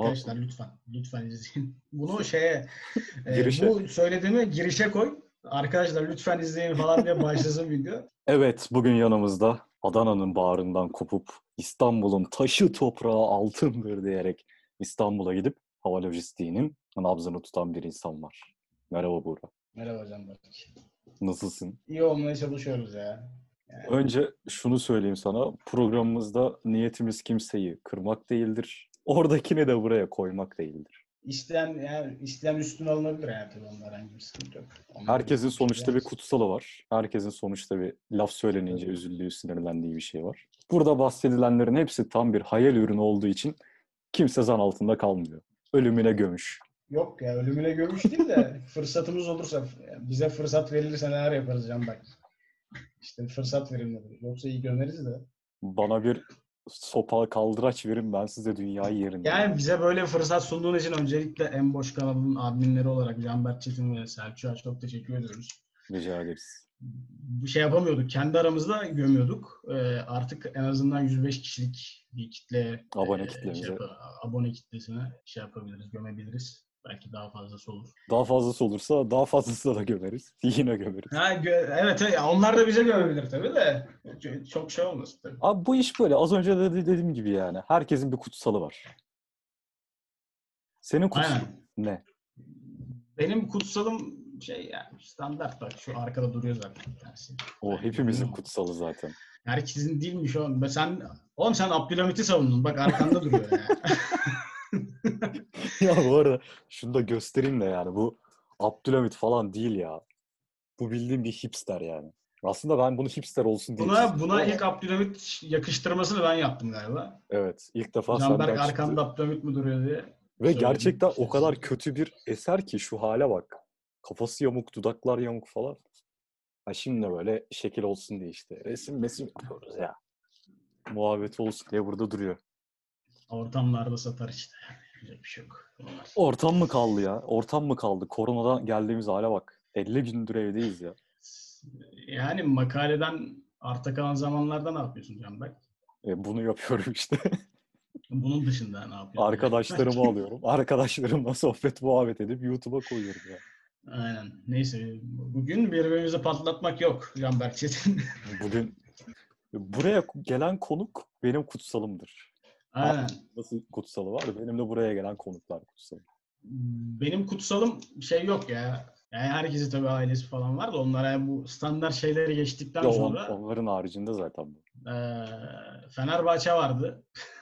Arkadaşlar lütfen izleyin. Bunu Girişe. bu söylediğimi girişe koy. Arkadaşlar lütfen izleyin falan diye başlasın video. Evet, bugün yanımızda Adana'nın bağrından kopup İstanbul'un taşı toprağı altındır diyerek İstanbul'a gidip hava lojistiğinin nabzını tutan bir insan var. Merhaba Buğra. Merhaba hocam. Nasılsın? İyi olmaya çalışıyoruz ya. Yani, Önce şunu söyleyeyim sana. Programımızda niyetimiz kimseyi kırmak değildir. Oradakini de buraya koymak değildir. isteyen üstüne alınabilir yani tabii onda herhangi bir sıkıntı yok. Herkesin sonuçta bir kutsalı var. Herkesin sonuçta bir laf söylenince üzüldüğü, sinirlendiği bir şey var. Burada bahsedilenlerin hepsi tam bir hayal ürünü olduğu için kimse zan altında kalmıyor. Ölümüne gömüş. Yok ya ölümüne gömüş değil de fırsatımız olursa bize fırsat verilirse neler yaparız Can bak. İşte fırsat verilmedi. Yoksa iyi gömeriz de. Bana bir sopa kaldıraç verin, ben size dünyayı yerim. Yani bize böyle bir fırsat sunduğun için öncelikle En Boş kanalının adminleri olarak Canberk Çetin ve Selçuk'a çok teşekkür ediyoruz. Rica ederiz. Bir şey yapamıyorduk. Kendi aramızda gömüyorduk. Artık en azından 105 kişilik bir kitle abone kitlesine yapabiliriz, gömebiliriz. Belki daha fazlası olur. Daha fazlası olursa daha fazlasını da gömeriz. Yine gömeriz. Evet, onlar da bize gömebilir tabii de. Çok şey olmasın tabii. Abi bu iş böyle. Az önce de dediğim gibi yani. Herkesin bir kutsalı var. Senin kutsalın ne? Benim kutsalım yani standart bak şu arkada duruyor zaten bir tanesi. O hepimizin kutsalı zaten. Herkesin değilmiş o. Sen Abdülhamit'i savundun. Bak arkanda duruyor ya. Ya bu arada şunu da göstereyim de yani bu Abdülhamit falan değil ya. Bu bildiğim bir hipster yani. Aslında ben bunu hipster olsun diye Buna ilk Abdülhamit yakıştırmasını ben yaptım galiba. Evet, ilk defa Canberk senden arkanda çıktı. Abdülhamit mi duruyor diye. Ve gerçekten o kadar kötü bir eser ki şu hale bak. Kafası yamuk, dudaklar yamuk falan. Ha şimdi böyle şekil olsun diye işte. Resim yapıyoruz ya. Muhabbeti olsun diye burada duruyor. Ortamlarda satar işte. Yapacak bir şey yok. Ortam mı kaldı ya? Ortam mı kaldı? Koronadan geldiğimiz hale bak. 50 gündür evdeyiz ya. Yani makaleden arta kalan zamanlarda ne yapıyorsun Canberk? Bunu yapıyorum işte. Bunun dışında ne yapıyorsun? Arkadaşlarımı alıyorum. Arkadaşlarımla sohbet muhabbet edip YouTube'a koyuyorum ya. Aynen. Neyse. Bugün birbirimizi patlatmak yok Canberk Çetin. Bugün buraya gelen konuk benim kutsalımdır. Aynen. Nasıl kutsalı var? Benim de buraya gelen konuklar kutsalı. Benim kutsalım yok ya. Yani herkesi tabii ailesi falan var da onlara yani bu standart şeyleri geçtikten sonra onların haricinde zaten bu. Fenerbahçe vardı.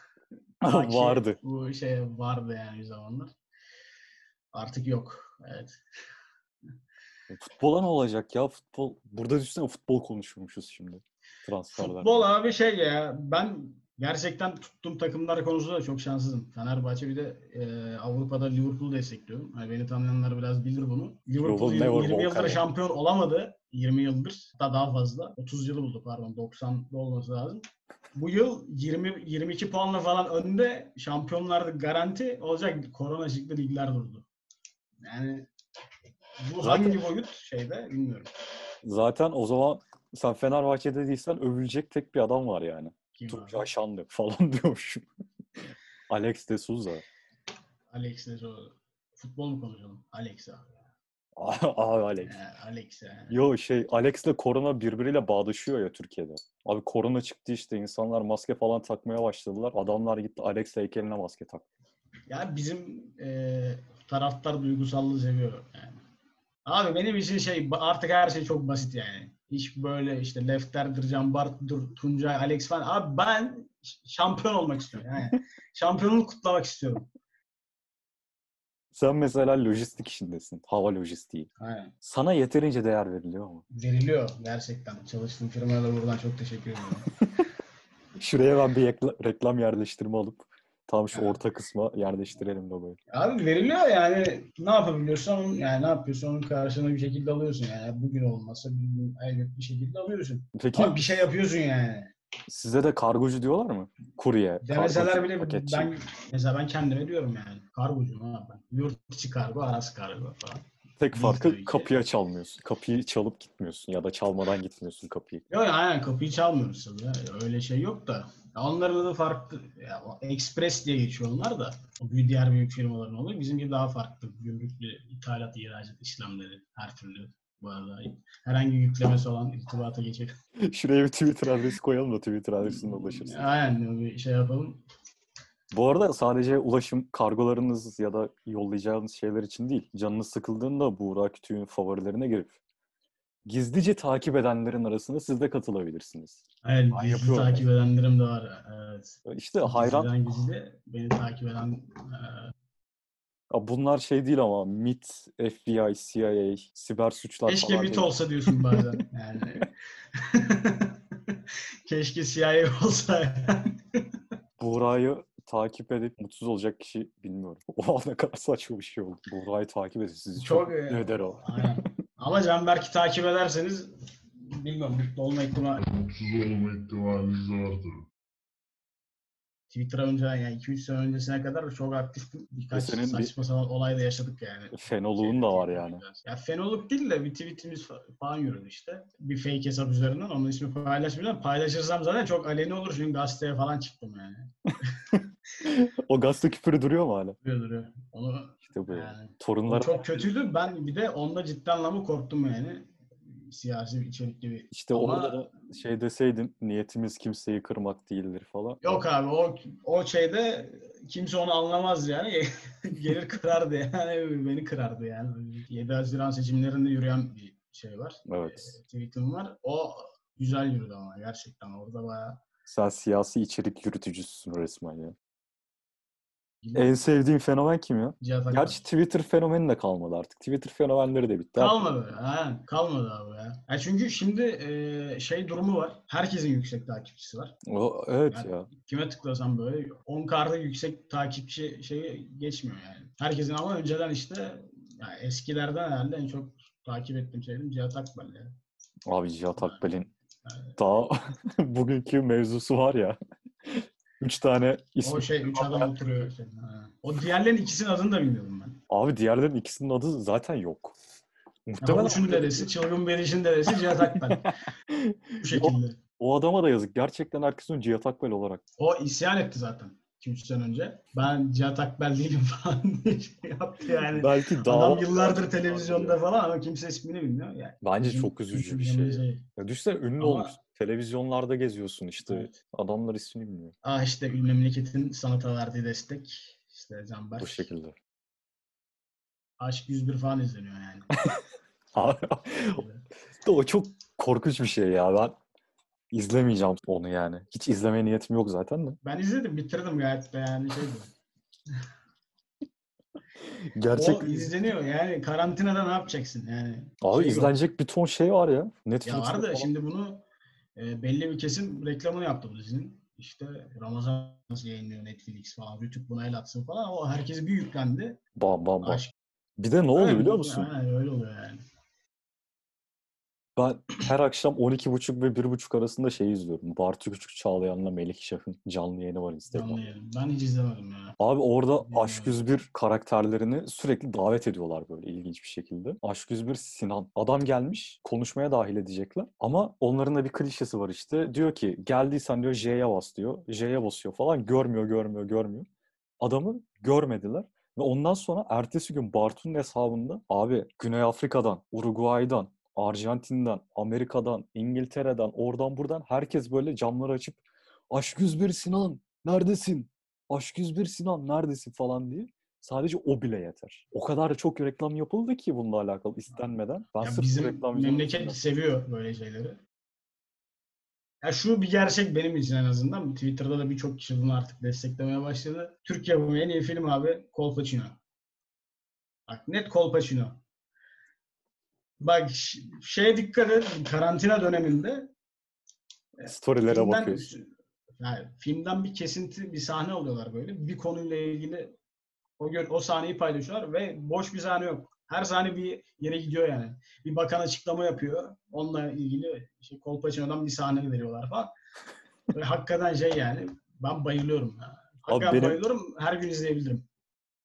Vardı. Bu vardı yani bir zamanlar. Artık yok. Evet. Futbola ne olacak ya? Futbol. Burada düşünsene futbol konuşuyormuşuz şimdi. Transferler. Futbol abi ya. Ben gerçekten tuttuğum takımlar konusunda da çok şanssızım. Fenerbahçe bir de Avrupa'da Liverpool'u destekliyorum. Yani beni tanıyanlar biraz bilir bunu. Liverpool 20 yıldır şampiyon olamadı. 20 yıldır. Hatta daha fazla. 30 yılı buldu pardon. 90'da olması lazım. Bu yıl 22 puanla falan önde. Şampiyonlar garanti olacak. Korona çıktı, ligler durdu. Yani bu zaten, hangi boyut bilmiyorum. Zaten o zaman sen Fenerbahçe'de değilsen övülecek tek bir adam var yani. Kim Tuncay Şanlı falan diyormuşum. Alex de Souza. Alex de Souza. Futbol mu konuşalım? Alex abi. Abi Alex. Alex yani. Yo Alex'le korona birbiriyle bağdaşıyor ya Türkiye'de. Abi korona çıktı işte insanlar maske falan takmaya başladılar. Adamlar gitti Alex heykeline maske taktı. Ya bizim taraftar duygusallığı seviyor yani. Abi benim için artık her şey çok basit yani. Hiç böyle işte Lefter'dir, Canbart'dır, Tuncay, Alex falan. Abi ben şampiyon olmak istiyorum yani. Şampiyonluğu kutlamak istiyorum. Sen mesela lojistik işindesin. Hava lojistiği. Aynen. Sana yeterince değer veriliyor mu? Veriliyor gerçekten. Çalıştığım firmaya da buradan çok teşekkür ediyorum. Şuraya ben bir reklam yerleştirme alıp tam şu orta kısma yerleştirelim logoyu. Abi veriliyor yani. Ne yapabiliyorsan yani ne yapıyorsan onun karşılığını bir şekilde alıyorsun yani. Bugün olmazsa bir gün elbet bir şekilde alıyorsun. Peki, ama bir şey yapıyorsun yani. Size de kargocu diyorlar mı? Kurye, demeseler bile paketçi. Ben kendime diyorum yani. Kargocuyum ha ben. Yurt içi kargo, arası kargo falan. Tek farkı kapıya çalmıyorsun. Kapıyı çalıp gitmiyorsun ya da çalmadan gitmiyorsun kapıyı. Yok aynen kapıyı çalmıyoruz tabii. Öyle şey yok da. Onların da farklı. Ya, Express diye geçiyor onlar da. O diğer büyük firmaların oluyor. Bizimki daha farklı. Gümrüklü, ithalat, ihracat işlemleri her türlü bu arada. Herhangi yüklemesi olan irtibata geçelim. Şuraya bir Twitter adresi koyalım da Twitter adresine ulaşırsınız. Aynen bir şey yapalım. Bu arada sadece ulaşım kargolarınız ya da yollayacağınız şeyler için değil. Canınız sıkıldığında Buğra Kütüğün favorilerine girip gizlice takip edenlerin arasına siz de katılabilirsiniz. Evet, Ben gizli yapıyorum takip edenlerim de var. Evet. İşte hayran. Gizliden gizli beni takip eden Bunlar şey değil ama MIT, FBI, CIA, siber suçlar keşke falan MIT değil. olsa diyorsun bazen. Yani. Keşke CIA olsa. Yani. Buğra'yı takip edip mutsuz olacak kişi bilmiyorum. O ne kadar saçma bir şey oldu. Buğra'yı takip edin. Sizi çok mutlu eder o. Aynen. Ama Canberk'i takip ederseniz bilmiyorum mutlu olma ihtimali. Mutsuz olma ihtimaliniz vardır. Twitter'a önce yani 2-3 sene öncesine kadar çok aktiftim. Birkaç senin saçma sapan olay da yaşadık yani. Fenoluğun da var yani. Ya fenoluk değil de bir tweetimiz falan yürüdü işte. Bir fake hesap üzerinden. Onun ismi paylaşmayacağım. Paylaşırsam zaten çok aleni olur. Çünkü gazeteye falan çıktım yani. O gazete küpürü duruyor mu hala? Duruyor. Onu İşte bu. yani. O Torunlar çok kötüydü. Ben bir de onunla ciddi anlamda korktum yani. Siyasi bir içerik gibi. İşte Ama orada da şey deseydin niyetimiz kimseyi kırmak değildir falan. yok abi o şeyde kimse onu anlamaz yani. Gelir kırardı yani. Beni kırardı yani. 7 Haziran seçimlerinde yürüyen bir şey var. Evet. Tweetim var. O güzel yürüdü ama gerçekten orada bayağı. Sen siyasi içerik yürütücüsün resmen ya. En sevdiğin fenomen kim ya? Cihat Akbel. Gerçi Twitter fenomeni de kalmadı artık. Twitter fenomenleri de bitti. Kalmadı. Ha, kalmadı abi ya. Çünkü şimdi şey durumu var. Herkesin yüksek takipçisi var. Evet Yani ya. kime tıklasam böyle 10K'da yüksek takipçi şeyi geçmiyor yani. Herkesin ama önceden işte yani eskilerden herhalde en çok takip ettiğim şeyim Cihat Akbel ya. Abi Cihat Akbel'in daha bugünkü mevzusu var ya. 3 tane ismi. O şey 3 adam oturuyor. Işte. Ha. O diğerlerin ikisinin adını da bilmiyordum ben. Abi diğerlerin ikisinin adı zaten yok. Muhtemelen Havuç'un dedesi, Çılgın Beliş'in dedesi Cihat Akbel. Bu şekilde. O adama da yazık. Gerçekten herkesin Cihat Akbel olarak. O isyan etti zaten 2-3 sene önce. Ben Cihat Akbel değilim falan diye şey yaptı yani. Belki daha... Adam yıllardır televizyonda falan ama kimse ismini bilmiyor. Yani bence çok üzücü bir şey. Ya düşünsene ünlü olmuşsun. Televizyonlarda geziyorsun işte. Evet. Adamlar ismini bilmiyor. İşte memleketin sanata verdiği destek. İşte Canberk. Bu şekilde. Aşk 101 falan izleniyor yani. O çok korkunç bir şey ya. Ben izlemeyeceğim onu yani. Hiç izlemeye niyetim yok zaten de. Ben izledim, bitirdim gayet de yani şeydi. Gerçekten o izleniyor yani. Karantinada ne yapacaksın yani? Abi izlenecek yok. Bir ton şey var ya. Ya var da şimdi bunu belli bir kesim reklamını yaptı bu dizinin. İşte Ramazan nasıl yayınlıyor Netflix falan. YouTube buna el atsın falan. O herkes bir yüklendi. Bam. Bir de ne oldu biliyor musun? Aynen öyle oluyor yani. Ben her akşam 12.30 ve 1.30 arasında şey izliyorum. Bartu Küçük Çağlayan'la Melih Şah'ın canlı yayını var Instagram'da. Ben hiç izlemedim ya. Abi orada Aşk 101 karakterlerini sürekli davet ediyorlar böyle ilginç bir şekilde. Aşk 101 Sinan. Adam gelmiş konuşmaya dahil edecekler. Ama onların da bir klişesi var işte. Diyor ki geldiysen diyor J'ye bas diyor. J'ye basıyor falan. Görmüyor. Adamı görmediler. Ve ondan sonra ertesi gün Bartu'nun hesabında abi Güney Afrika'dan, Uruguay'dan, Arjantin'den, Amerika'dan, İngiltere'den, oradan buradan herkes böyle camları açıp Aşk 101 Sinan neredesin? Aşk 101 Sinan neredesin falan diye. Sadece o bile yeter. O kadar çok reklam yapıldı ki bununla alakalı istenmeden. Ben sırf bizim reklam memleket seviyor böyle şeyleri. Ya şu bir gerçek benim için en azından. Twitter'da da birçok kişi bunu artık desteklemeye başladı. Türk yapımı en iyi film abi Kolpaçino. Bak net Kolpaçino. Bak şeye dikkat et. Karantina döneminde storylere bakıyorsun. Yani filmden bir kesinti, bir sahne alıyorlar böyle. Bir konuyla ilgili o sahneyi paylaşıyorlar ve boş bir sahne yok. Her sahne bir yere gidiyor yani. Bir bakan açıklama yapıyor. Onunla ilgili Kolpaçino'dan bir sahne veriyorlar falan. Ve hakikaten yani ben bayılıyorum. Hakikaten bayılıyorum. Her gün izleyebilirim.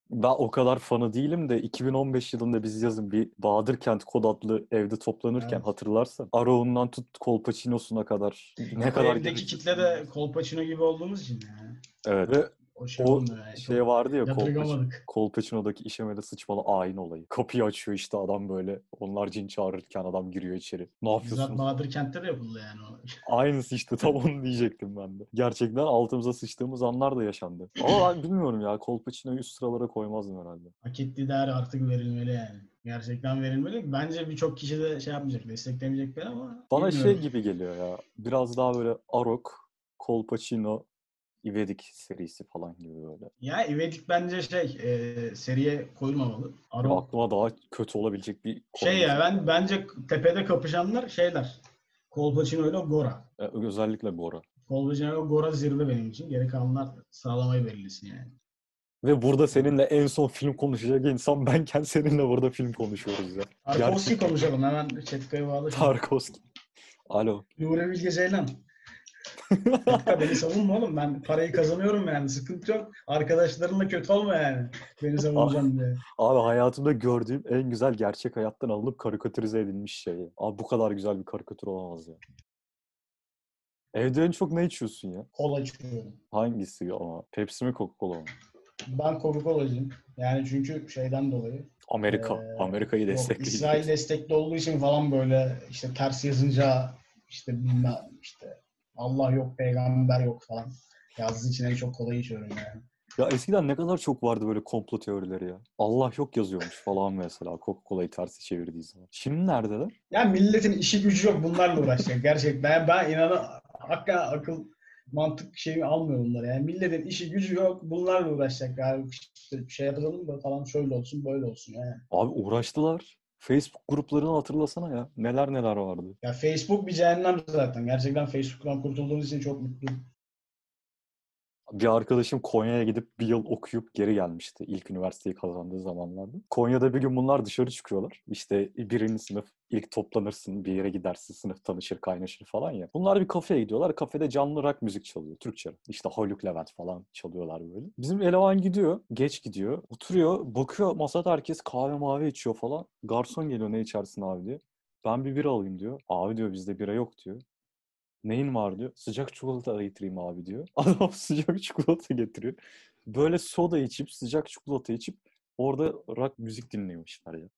Ben o kadar fanı değilim de 2015 yılında biz yazın bir Bahadırkent Kod adlı evde toplanırken Evet. hatırlarsan Arau'ndan tut Kolpaçino'suna kadar ne O kadar evdeki gereksiz kitle filmler. de Kolpaçino gibi olduğumuz için yani. Evet ve O şey o olmuyor yani. Çok şey vardı ya yadırgamadık. Kolpaçino'daki işemeli sıçmalı ayin olayı. Kapıyı açıyor işte adam böyle. Onlar cin çağırırken adam giriyor içeri. Ne Bizzat yapıyorsunuz? Bahadır Kent'te de yapıldı yani o. Aynısı işte tam onu diyecektim ben de. Gerçekten altımıza sıçtığımız anlar da yaşandı. Ama ben bilmiyorum ya Kolpaçino'yu üst sıralara koymazdım herhalde. Hak ettiği değer artık verilmeli yani. Gerçekten verilmeli. Bence birçok kişi de şey yapmayacak, desteklemeyecek beni ama Bana şey bilmiyorum. gibi geliyor ya. Biraz daha böyle Arok, Kolpaçino, İvedik serisi falan gibi böyle. Ya İvedik bence seriye koyulmamalı. Ya Arok aklıma daha kötü olabilecek bir şey komedi ya filmi ben geldi. bence tepede kapışanlar şeyler. Kolpaçino ile Gora. Özellikle Bora. Kolpaçino ile Gora zirve benim için. Geri kalanlar sıralamayı belirlesin yani. Ve burada seninle en son film konuşacak insan benken seninle burada film konuşuyoruz ya. Tarkovski Gerçekten. konuşalım. Hemen Çetka'yı bağla şimdi. Tarkovski. Alo. Nuri Bilge Ceylan. Çetka beni savunma oğlum. Ben parayı kazanıyorum yani. Sıkıntı yok. Arkadaşlarınla kötü olma yani. Beni savunacağım diye. Abi hayatımda gördüğüm en güzel gerçek hayattan alınıp karikatürize edilmiş şey. Abi bu kadar güzel bir karikatür olamaz ya. Evde en çok ne içiyorsun ya? Kola içiyorum. Hangisi ama? Pepsi mi Coca-Cola mı? Ben Coca-Cola'cıyım. Yani çünkü şeyden dolayı. Amerika. Amerika'yı Yok İsrail destekleyecek. destekli olduğu için falan böyle işte ters yazınca işte bilmem işte Allah yok peygamber yok falan yazdığı için en çok kola içiyorum yani. Ya eskiden ne kadar çok vardı böyle komplo teorileri ya. Allah yok yazıyormuş falan mesela Coca-Cola'yı tersi çevirdiği zaman. Şimdi neredeler? Yani milletin işi gücü yok bunlarla uğraşacak gerçekten. Ben inanın hakikaten akıl mantık şeyi almıyor bunları. Yani milletin işi gücü yok bunlarla uğraşacak. Yani işte şey yapalım da falan şöyle olsun böyle olsun yani. Abi uğraştılar. Facebook gruplarını hatırlasana ya. Neler neler vardı. Ya Facebook bir cehennem zaten. Gerçekten Facebook'tan kurtulduğumuz için çok mutluyum. Bir arkadaşım Konya'ya gidip bir yıl okuyup geri gelmişti ilk üniversiteyi kazandığı zamanlarda. Konya'da bir gün bunlar dışarı çıkıyorlar. İşte birinci sınıf ilk toplanırsın bir yere gidersin sınıf tanışır kaynaşır falan ya. Bunlar bir kafeye gidiyorlar. Kafede canlı rock müzik çalıyor. Türkçe. İşte Haluk Levent falan çalıyorlar böyle. Bizim eleman gidiyor. Geç gidiyor. Oturuyor. Bakıyor masada herkes kahve mavi içiyor falan. Garson geliyor ne içersin abi diye. Ben bir bira alayım diyor. Abi diyor bizde bira yok diyor. Neyin var diyor. Sıcak çikolata getireyim abi diyor. Adam sıcak çikolata getiriyor. Böyle soda içip sıcak çikolata içip orada rock müzik dinliyormuşlar ya.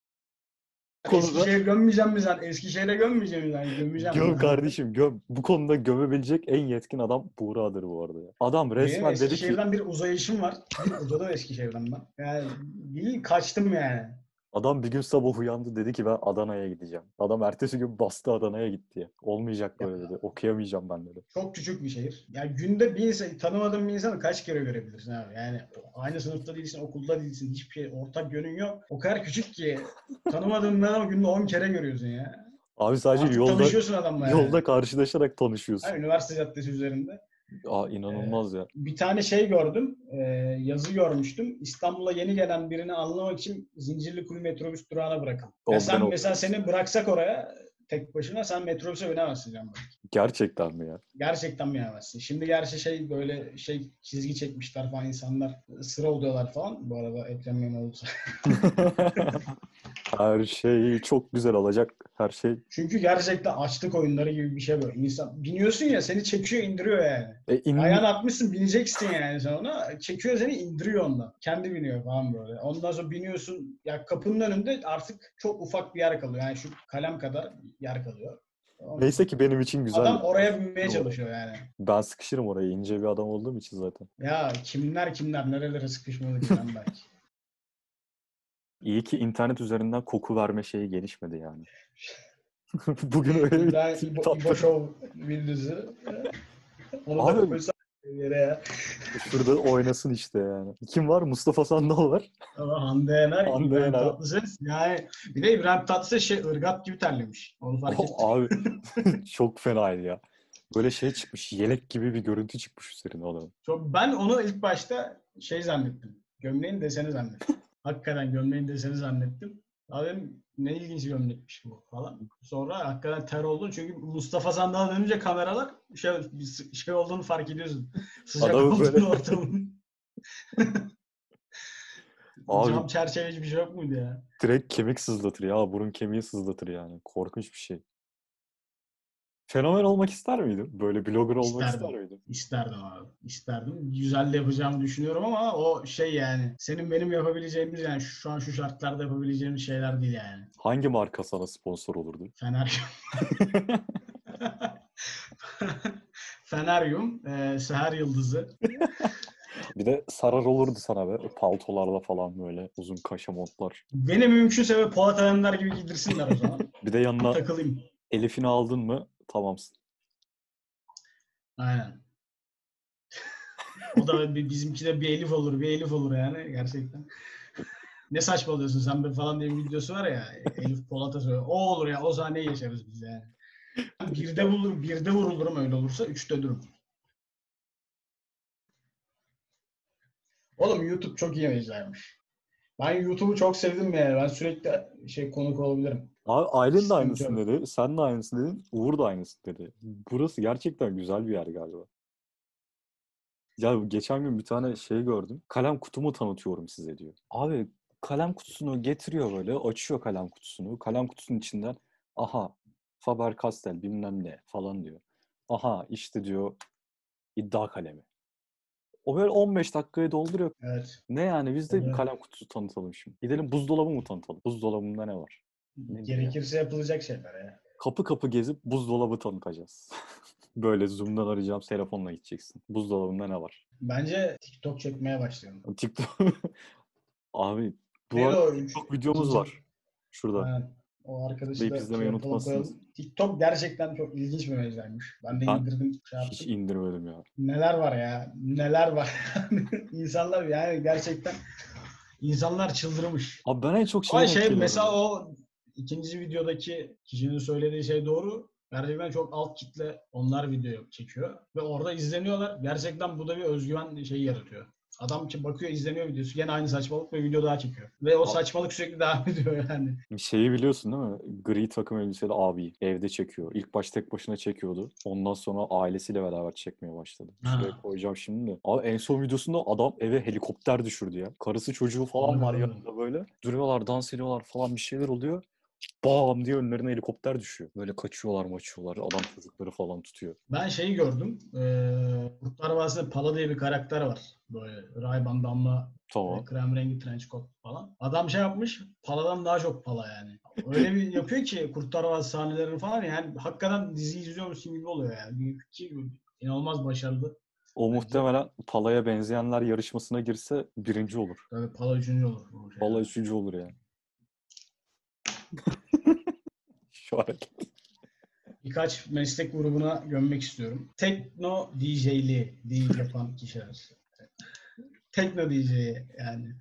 Bu konuda Eskişehir gömmeyeceğim mi sen? Eskişehir'e gömmeyeceğim mi sen? Gömmeyeceğim mi? göm kardeşim göm. Bu konuda gömebilecek en yetkin adam Buğra'dır bu arada ya. Adam Benim resmen dedi ki Eskişehir'den bir uzayışım var. Bir uzadı Eskişehir'den ben. Yani bilin kaçtım yani. adam bir gün sabah uyandı dedi ki ben Adana'ya gideceğim. Adam ertesi gün bastı Adana'ya gitti ya. Olmayacak Ya, böyle dedi. Okuyamayacağım ben dedi. çok küçük bir şehir. Yani günde bir insan, tanımadığın bir insanı kaç kere görebilirsin abi? Yani aynı sınıfta değilsin, okulda değilsin, hiçbir şey, ortak yönün yok. O kadar küçük ki tanımadığın bir adamı günde 10 kere görüyorsun ya. Abi sadece Artık tanışıyorsun adamla yani. yolda karşılaşarak tanışıyorsun. Ha, üniversite caddesi üzerinde. Aa inanılmaz ya. Bir tane şey gördüm, yazı görmüştüm. İstanbul'a yeni gelen birini anlamak için Zincirlikuyu metrobüs durağına bırakın. Ya Oğlum ben sen mesela seni bıraksak oraya tek başına sen metrobüse binemezsin canım. gerçekten mi ya? Gerçekten binemezsin. Şimdi gerçi böyle çizgi çekmişler falan insanlar sıra oluyorlar falan. Bu arada Ekrem İmamoğlu. Her şey çok güzel olacak. Her şey. Çünkü gerçekten açlık oyunları gibi bir şey böyle. İnsan biniyorsun ya seni çekiyor indiriyor yani. E, Ayağını atmışsın bineceksin yani sen ona. Çekiyor seni indiriyor ondan. Kendi biniyor falan böyle. Ondan sonra biniyorsun ya kapının önünde artık çok ufak bir yer kalıyor. Yani şu kalem kadar yer kalıyor. Tamam mı? Neyse ki benim için güzel. Adam oraya binmeye çalışıyor yani. Ben sıkışırım oraya. İnce bir adam olduğum için zaten. Ya kimler nerelere sıkışmadık sen belki. İyi ki internet üzerinden koku verme şeyi gelişmedi yani. Bugün öyle bir Ben tip İbo tatlı. Show videosu. Onu da Abi koysam yere ya. şurada oynasın işte yani. Kim var? Mustafa Sandal var. Ama Hande Yener, Hande İbrahim Yener. Tatlıses. Yani bir de İbrahim Tatlıses ırgat gibi terlemiş. Onu fark ettim. Abi çok fenaydı ya. Böyle şey çıkmış. Yelek gibi bir görüntü çıkmış üzerine adamın. Ben onu ilk başta zannettim. Gömleğin deseni zannettim. Hakikaten gömleğin deseni zannettim. Abi dedim, ne ilginç gömlekmiş bu falan. Sonra hakikaten ter oldu. Çünkü Mustafa Sandal'a dönünce kameralar bir şey olduğunu fark ediyorsun. Sıcak Adamı böyle olduğunu ortamın. Abi Cam çerçeve hiçbir şey yok muydu ya? direkt kemik sızlatır ya. Burun kemiği sızlatır yani. Korkunç bir şey. Fenomen olmak ister miydin? Böyle blogger olmak ister İsterdim. miydin? İsterdim abi. İsterdim. Güzel de yapacağımı düşünüyorum ama o şey yani senin benim yapabileceğimiz yani şu an şu şartlarda yapabileceğimiz şeyler değil yani. Hangi marka sana sponsor olurdu? Feneryum. Feneryum. Seher Yıldızı. Bir de sarar olurdu sana be. Paltolarla falan böyle uzun kaşe montlar. Beni mümkünse böyle Polat Alemdar gibi giydirsinler o zaman. Bir de yanına Takılayım. Elif'ini aldın mı tamamsın. Aynen. O da bizimki de bir Elif olur, bir Elif olur yani gerçekten. Ne saçmalıyorsun sen be falan diye bir videosu var ya. Elif Polat'a söylüyor. O olur ya, o sahneyi yaşarız biz yani. Birde bulur, birde vurulurum öyle olursa, üçte ölürüm. Oğlum YouTube çok iyi mecraymış. Ben YouTube'u çok sevdim yani. Ben sürekli konuk olabilirim. Abi Aylin de Sıkıntı aynısını yok. dedi. Sen de aynısını dedin. Uğur da aynısını dedi. Burası gerçekten güzel bir yer galiba. Ya geçen gün bir tane şey gördüm. Kalem kutumu tanıtıyorum size diyor. Abi kalem kutusunu getiriyor böyle. Açıyor kalem kutusunu. Kalem kutusunun içinden aha Faber-Castell bilmem ne falan diyor. Aha işte diyor iddia kalemi. O böyle 15 dakikayı dolduruyor. Evet. Ne yani biz de bir Oluyor. kalem kutusu tanıtalım şimdi. Gidelim buzdolabı mı tanıtalım? Buzdolabında ne var? Nedir ya? Gerekirse yapılacak şeyler ya. Kapı kapı gezip buzdolabı tanıtacağız. Böyle Zoom'dan arayacağım, telefonla gideceksin. Buzdolabında ne var? Bence TikTok çekmeye başlayalım. TikTok. Abi bu Neydi arada o TikTok videomuz ikinci var. Şurada. o arkadaşı Tıklayıp da izlemeyi yapalım unutmazsınız. koyalım. TikTok gerçekten çok ilginç bir mecraymış. Ben de Ben indirdim hiç yaptım. indirmedim ya. Neler var ya? Neler var? İnsanlar yani gerçekten insanlar çıldırmış. Abi ben en çok Ama şeye denk geliyorum mesela ya. o ikinci videodaki kişinin söylediği şey doğru. Gerçekten çok alt kitle onlar video çekiyor. Ve orada izleniyorlar. Gerçekten bu da bir özgüven şeyi yaratıyor. Adam ki bakıyor izleniyor videosu. Gene aynı saçmalık ve video daha çekiyor. Ve o Abi, saçmalık sürekli devam ediyor yani. şeyi biliyorsun değil mi? Gri takım elbiseli abi evde çekiyor. İlk baş tek başına çekiyordu. Ondan sonra ailesiyle beraber çekmeye başladı. Şuraya Ha, koyacağım şimdi de. Abi en son videosunda adam eve helikopter düşürdü ya. Karısı çocuğu falan onu var gördüm. yanında böyle. Duruyorlar, dans ediyorlar falan bir şeyler oluyor. Bam diye önlerine helikopter düşüyor. Böyle kaçıyorlar maçıyorlar. Adam çocukları falan tutuyor. Ben şeyi gördüm. Kurtlar Vadisi'nde Pala diye bir karakter var. Böyle Ray-Ban damla Tamam. krem rengi trench coat falan. Adam şey yapmış. Pala'dan daha çok pala yani. Öyle bir yapıyor ki Kurtlar Vadisi sahnelerini falan yani hakikaten dizi izliyormuşsun gibi oluyor yani. Ki inanılmaz başarılı O bence. muhtemelen Pala'ya benzeyenler yarışmasına girse birinci olur. Tabii Pala üçüncü olur bu Pala şeylerde. üçüncü olur yani. Şu hareket. Birkaç meslek grubuna gömmek istiyorum. Tekno DJ'li DJ yapan kişiler. Tekno DJ yani.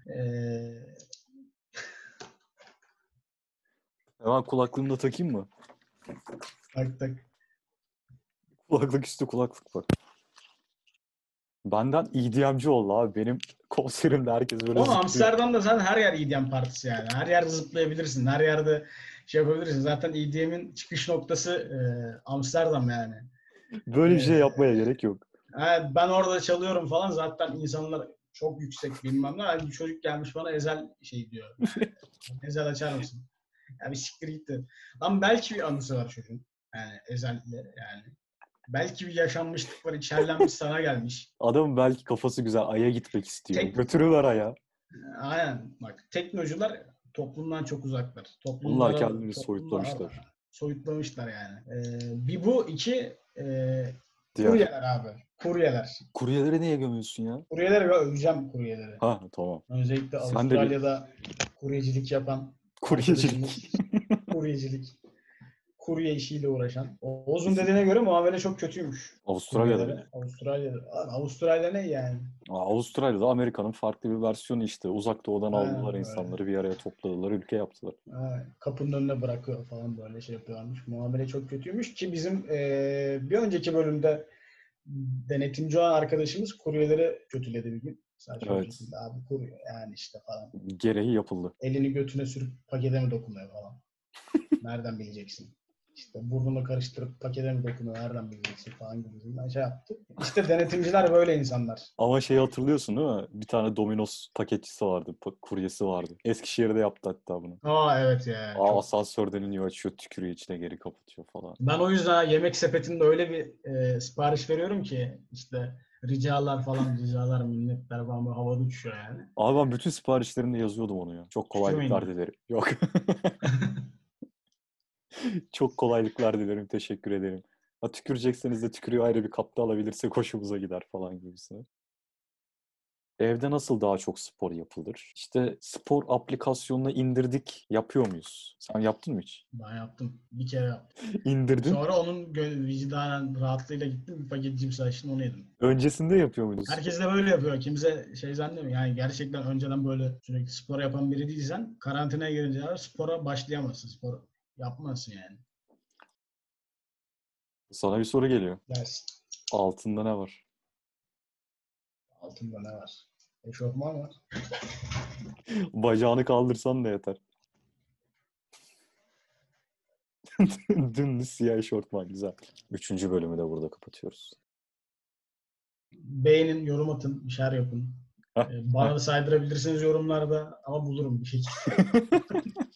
Hemen kulaklığımı da takayım mı? Tak tak. Kulaklık üstü kulaklık var. Benden EDM'ci oldu abi. Benim konserimde herkes böyle Ama zıplıyor. Amsterdam'da zaten her yer EDM partisi yani. Her yerde zıplayabilirsin. Her yerde şey yapabilirsin. Zaten EDM'in çıkış noktası Amsterdam yani. Böyle bir şey E, yapmaya gerek yok. ben orada çalıyorum falan zaten insanlar çok yüksek bilmem ne. Yani bir çocuk gelmiş bana Ezel şey diyor. Yani, Ezel açar mısın? Ya bir siktir gitti. Lan belki bir anısı var çocuğun. Yani Ezel'le yani. Belki bir yaşanmışlık var. İçerlenmiş sana gelmiş. Adamın belki kafası güzel. Ay'a gitmek istiyor. Tek Götürüver Ay'a. Aynen. Bak teknolojiler toplumdan çok uzaklar. Onlar Toplumlara kendini toplumda soyutlamışlar. soyutlamışlar yani. Bir bu iki Diğer. kuryeler abi. Kuryeler. Kuryeleri niye gömüyorsun ya? Kuryeleri ve öveceğim kuryeleri. Ha tamam. Özellikle Sen de bir Avustralya'da kuryecilik yapan kuryecilik. arkadaşımız kuryecilik. Kurye işiyle uğraşan. Oğuz'un dediğine göre muamele çok kötüymüş. Avustralya'da mı? Kuryelere. Avustralya'da. Abi, Avustralya ne yani? Avustralya'da Amerika'nın farklı bir versiyonu işte. Uzak Doğu'dan aldılar Aynen öyle. insanları bir araya topladılar, ülke yaptılar. Kapının önüne bırakıyor falan böyle şey yapıyorlarmış. Muamele çok kötüymüş ki bizim bir önceki bölümde denetimci olan arkadaşımız kuryeleri kötüledi bir gün. Saçma bir Evet. şekilde abi kurye yani işte falan. Gereği yapıldı. Elini götüne sürüp pakete mi dokunuyor falan. Nereden bileceksin? İşte burnunu karıştırıp pakete mi dokunuyor, nereden bileceksin falan gibisinden şey yaptı. İşte denetimciler böyle insanlar. Ama şeyi hatırlıyorsun değil mi? Bir tane Domino's paketçisi vardı, kuryesi vardı. Eskişehir'de yaptı hatta bunu. Aa evet ya. Çok... Asansörden iniyor, açıyor, tükürüyor içine, geri kapatıyor falan. Ben o yüzden yemek sepetinde öyle bir sipariş veriyorum ki işte ricalar, minnetler falan böyle havada uçuyor yani. Abi ben bütün siparişlerimde yazıyordum onu ya. Çok kolaylıklar Tükürmeyin. dilerim. Yok. Çok kolaylıklar dilerim. Teşekkür ederim. Ha, tükürecekseniz de tükürüyor, ayrı bir kapta alabilirsek hoşumuza gider falan gibisine. Evde nasıl daha çok spor yapılır? İşte spor aplikasyonunu indirdik. Yapıyor muyuz? Sen yaptın mı hiç? Ben yaptım. Bir kere yaptım. İndirdin. Sonra onun vicdanen rahatlığıyla gittim. Bir paket cips açtım, onu yedim. Öncesinde yapıyor muydun spor? Herkes de böyle yapıyor. Kimse şey zannediyor. Yani gerçekten önceden böyle sürekli spor yapan biri değilsen karantinaya girince spora başlayamazsın. Spor yapmazsın yani. Sana bir soru geliyor. Dersin. Altında ne var? Altında ne var? Eşofman var. Bacağını kaldırsan da yeter. Dümdüz siyah eşortman, güzel. 3. bölümü de burada kapatıyoruz. Beğenin, yorum atın, bir şeyler yapın. Bana da saydırabilirsiniz yorumlarda ama bulurum bir şey.